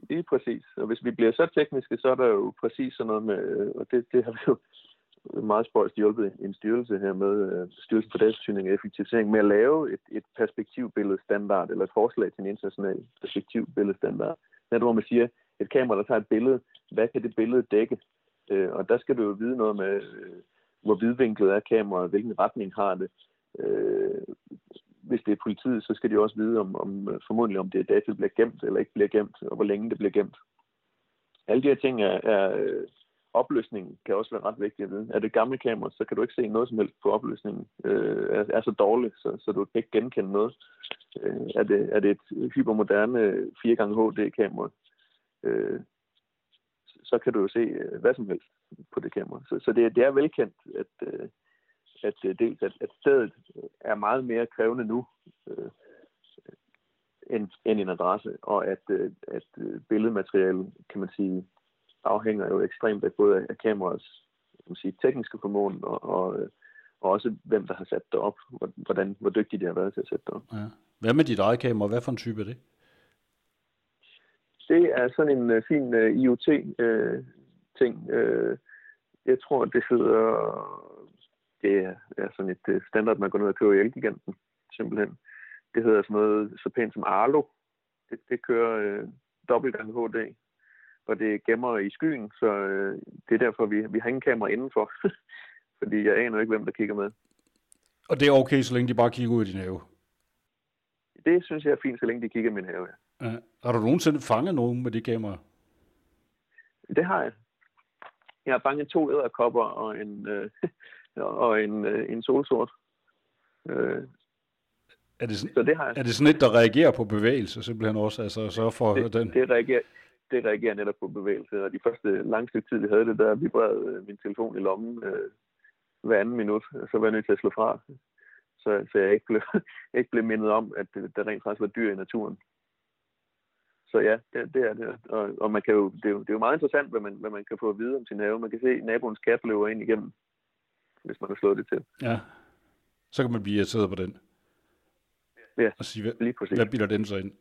Speaker 6: Lige præcis. Og hvis vi bliver så tekniske, så er der jo præcis sådan noget med, og det har vi jo meget spøjst hjulpet en styrelse her med, Styrelsen for Dataforsyning og Effektivisering, med at lave et perspektivbilledstandard, eller et forslag til en international perspektivbilledstandard. Hvor man siger, et kamera, der tager et billede, hvad kan det billede dække? Og der skal du jo vide noget med, hvor vidvinklet er kameraet, hvilken retning har det. Hvis det er politiet, så skal de også vide, formodentlig om det data bliver gemt eller ikke bliver gemt, og hvor længe det bliver gemt. Alle de her ting er opløsningen kan også være ret vigtigt at vide. Er det et gammelt kamera, så kan du ikke se noget som helst på opløsningen. Er så dårligt, så du kan ikke genkende noget. Er det et hypermoderne 4x HD-kamera, så kan du jo se hvad som helst på det kamera. Så det er velkendt, at stedet er meget mere krævende nu end en adresse, og at billedmateriale, kan man sige, afhænger jo ekstremt af både af kameraets, kan man sige, tekniske formåen og også hvem der har sat det op, hvor dygtige de har været til at sætte det op.
Speaker 1: Ja. Hvad med dit eget kamera? Hvad for en type er det?
Speaker 6: Det er sådan en fin IoT-ting. Jeg tror, det hedder... Det er sådan et standard, man går ned og køber i Elgiganten, simpelthen. Det hedder sådan noget så pænt som Arlo. Det kører dobbelt gang HD, og det gemmer i skyen, så det er derfor, vi har ingen kamera indenfor. Fordi jeg aner ikke, hvem der kigger med.
Speaker 1: Og det er okay, så længe de bare kigger ud i din have?
Speaker 6: Det synes jeg er fint, så længe de kigger i min have, ja.
Speaker 1: Har du nogensinde fanget nogen med de kameraer?
Speaker 6: Det har jeg. Jeg har fanget 2 edderkopper og en solsort.
Speaker 1: Er det sådan,
Speaker 6: så det har jeg.
Speaker 1: Er det sådan et, der reagerer på bevægelse, simpelthen også? Altså sørge for den?
Speaker 6: Det reagerer netop på bevægelse, og de første lange stykke tid, vi havde det, der vibrerede min telefon i lommen hver anden minut, og så var jeg nødt til at slå fra, så jeg ikke blev mindet om, at der rent faktisk var dyr i naturen. Så ja, det er det. Og man kan jo, det er jo meget interessant, hvad man kan få at vide om sin have. Man kan se, at naboens kat løber ind igennem, hvis man har slået det til.
Speaker 1: Ja, så kan man blive irriteret på den.
Speaker 6: Ja,
Speaker 1: og sige,
Speaker 6: lige præcis.
Speaker 1: Hvad bilder den så ind?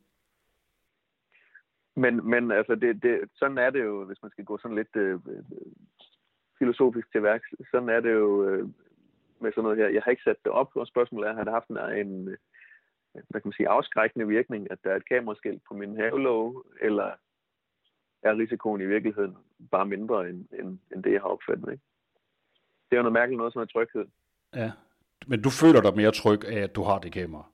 Speaker 6: Men altså, sådan er det jo, hvis man skal gå sådan lidt filosofisk til værks. Sådan er det jo med sådan noget her. Jeg har ikke sat det op, og spørgsmålet er, har det haft en hvad kan man sige, afskrækkende virkning, at der er et kameraskilt på min havelåge, eller er risikoen i virkeligheden bare mindre end det, jeg har opfattet, ikke? Det er jo noget mærkeligt noget, som er tryghed.
Speaker 1: Ja, men du føler dig mere tryg af, at du har det kamera?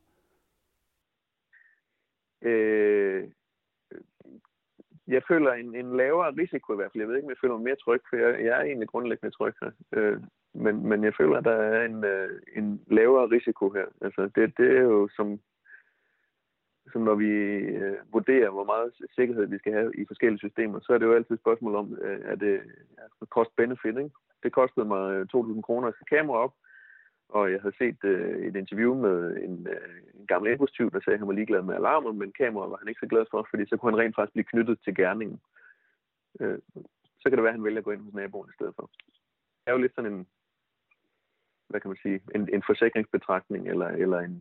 Speaker 6: Jeg føler en lavere risiko i hvert fald. Jeg ved ikke, om jeg føler mig mere tryg, for jeg er egentlig grundlæggende tryg her. Men jeg føler, at der er en lavere risiko her. Altså, det er jo som når vi vurderer, hvor meget sikkerhed vi skal have i forskellige systemer, så er det jo altid et spørgsmål om, at det cost-benefit, ikke? Det kostede mig 2.000 kroner at sætte kamera op, og jeg havde set et interview med en gammel indbrudstyv, der sagde, at han var ligeglad med alarmer, men kamera var han ikke så glad for, fordi så kunne han rent faktisk blive knyttet til gerningen. Så kan det være, at han vælger at gå ind hos naboen i stedet for. Det er jo lidt sådan en, hvad kan man sige, en forsikringsbetragtning, eller en...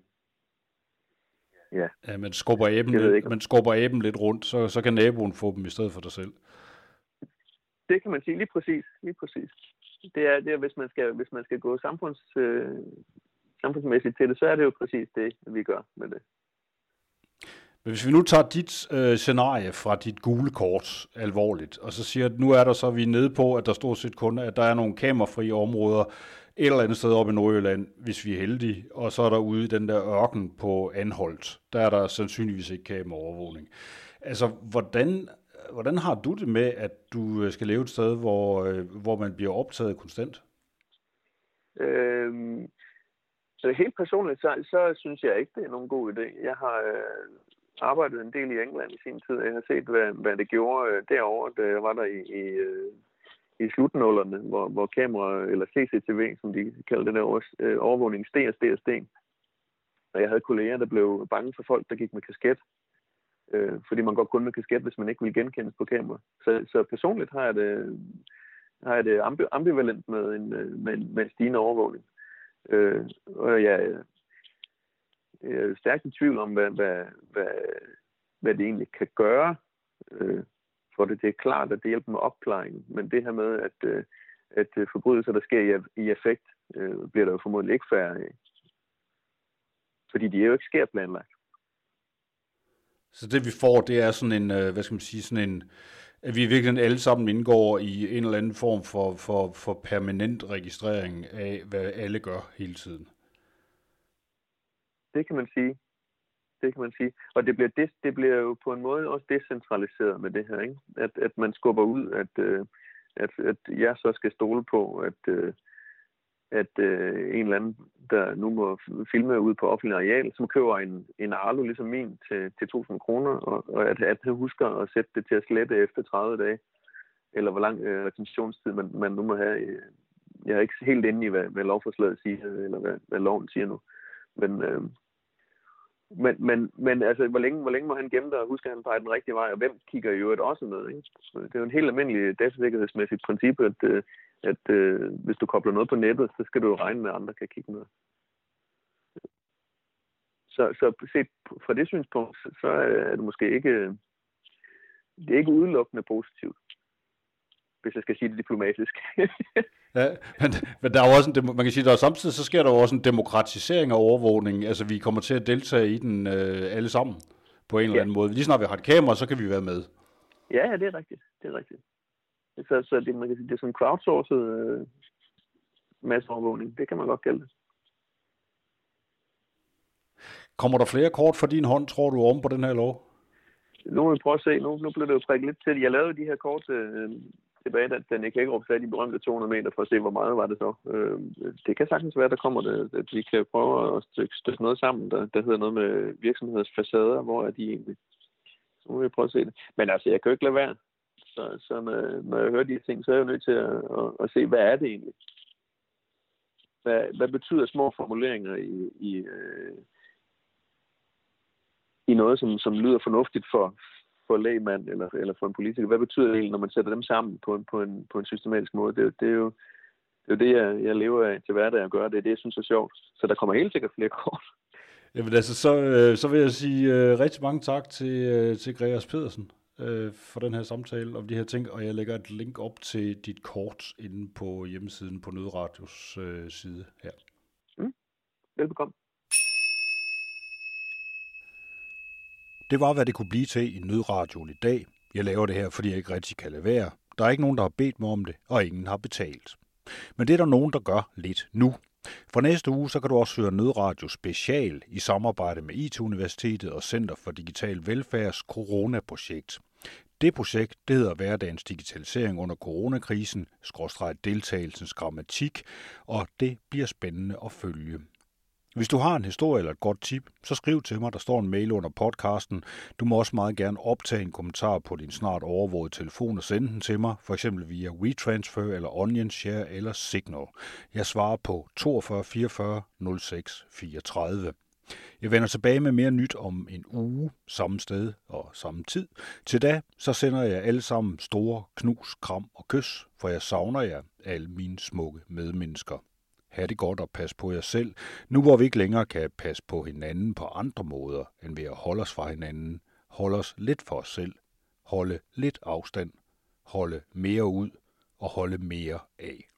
Speaker 1: Ja, man skubber æben lidt rundt, så kan naboen få dem i stedet for dig selv.
Speaker 6: Det kan man sige, lige præcis. Det er hvis man skal gå samfundsmæssigt til det, så er det jo præcis det, vi gør med det.
Speaker 1: Men hvis vi nu tager dit scenarie fra dit gule kort alvorligt, og så siger, at nu er der så, vi er nede på, at der stort set kun at der er nogle kamerafrie områder et eller andet sted oppe i Nordjylland, hvis vi er heldige, og så er der ude i den der ørken på Anholt, der er der sandsynligvis ikke kameraovervågning. Altså, hvordan har du det med, at du skal leve et sted, hvor man bliver optaget konstant?
Speaker 6: Så helt personligt, så synes jeg ikke, det er nogen god idé. Jeg har arbejdet en del i England i sin tid, og jeg har set, hvad det gjorde derovre, da jeg var der i slutnullerne, hvor kamera, eller CCTV, som de kalder det der overvågning, steg. Og jeg havde kolleger, der blev bange for folk, der gik med kasket, fordi man går kun med kasket, hvis man ikke vil genkendes på kamera. Så personligt har jeg det ambivalent med en stigende overvågning. Og jeg er stærkt i tvivl om, hvad det egentlig kan gøre for det. Det er klart, at det hjælper med opklaringen, men det her med, at forbrydelser, der sker i affekt, bliver der jo formodentlig ikke færre af. Fordi de er jo ikke sker planlagt.
Speaker 1: Så det vi får, det er sådan en, at vi virkelig alle sammen indgår i en eller anden form for permanent registrering af, hvad alle gør hele tiden.
Speaker 6: Det kan man sige. Og det bliver jo på en måde også decentraliseret med det her, ikke? At man skubber ud, at jeg så skal stole på, at en eller anden, der nu må filme ud på offentlig areal, som køber en Arlo ligesom min til 1.000 kroner, og at han husker at sætte det til at slette efter 30 dage, eller hvor lang retentionstid man nu må have. Jeg er ikke helt inde i, hvad lovforslaget siger, eller hvad loven siger nu. Men altså, hvor længe må han gemme det, og huske, at han peger den rigtige vej, og hvem kigger i øvrigt også med, ikke? Det er jo en helt almindelig datasikkerhedsmæssigt princip, at hvis du kobler noget på nettet, så skal du jo regne med, at andre kan kigge med. Så set fra det synspunkt, så er det måske ikke, det er ikke udelukkende positivt, hvis jeg skal sige det diplomatisk.
Speaker 1: Ja, men der er jo også man kan sige, der er samtidig, så sker der jo også en demokratisering af overvågning. Altså, vi kommer til at deltage i den alle sammen på en eller anden måde. Lige snart vi har et kamera, så kan vi være med.
Speaker 6: Ja, det er rigtigt. Så det, man kan sige, det er sådan en crowdsourcet masseovervågning. Det kan man godt kalde det.
Speaker 1: Kommer der flere kort for din hånd, tror du, om på den her lov?
Speaker 6: Nu må vi prøve at se. Nu bliver det jo prikket lidt til. Jeg lavede de her kort tilbage, da Nick Hækkerup sagde de berømte 200 meter, for at se, hvor meget var det så. Det kan sagtens være, der kommer det, at vi kan prøve at stykke noget sammen, der hedder noget med virksomheders facader. Hvor er de egentlig? Så må vi prøve at se det. Men altså, jeg kan jo ikke lade være. Så når jeg hører de ting, så er jeg jo nødt til at se, hvad er det egentlig? Hvad betyder små formuleringer i noget, som lyder fornuftigt for lægmand eller for en politiker? Hvad betyder det egentlig, når man sætter dem sammen på en systematisk måde? Det er jo det, jeg lever af til hverdag at gøre. Det er det, jeg synes er sjovt. Så der kommer helt sikkert flere kort.
Speaker 1: Jamen altså, så vil jeg sige rigtig mange tak til Gregers Pedersen for den her samtale om de her ting, og jeg lægger et link op til dit kort inde på hjemmesiden på Nødradios side her.
Speaker 6: Velbekomme.
Speaker 1: Det var, hvad det kunne blive til i Nødradioen i dag. Jeg laver det her, fordi jeg ikke rigtig kan lade være. Der er ikke nogen, der har bedt mig om det, og ingen har betalt. Men det er der nogen, der gør lidt nu. For næste uge, så kan du også høre Nødradio Special i samarbejde med IT-universitetet og Center for Digital Velfærds coronaprojekt. Det projekt, det hedder Hverdagens Digitalisering under coronakrisen, /deltagelsens grammatik, og det bliver spændende at følge. Hvis du har en historie eller et godt tip, så skriv til mig, der står en mail under podcasten. Du må også meget gerne optage en kommentar på din snart overvågede telefon og sende den til mig, for eksempel via WeTransfer eller OnionShare eller Signal. Jeg svarer på 42 44 06 34. Jeg vender tilbage med mere nyt om en uge, samme sted og samme tid. Til da, så sender jeg alle sammen store knus, kram og kys, for jeg savner jer, alle mine smukke medmennesker. Ha' det godt og pas på jer selv, nu hvor vi ikke længere kan passe på hinanden på andre måder, end ved at holde os fra hinanden. Holde os lidt for os selv. Holde lidt afstand. Holde mere ud og holde mere af.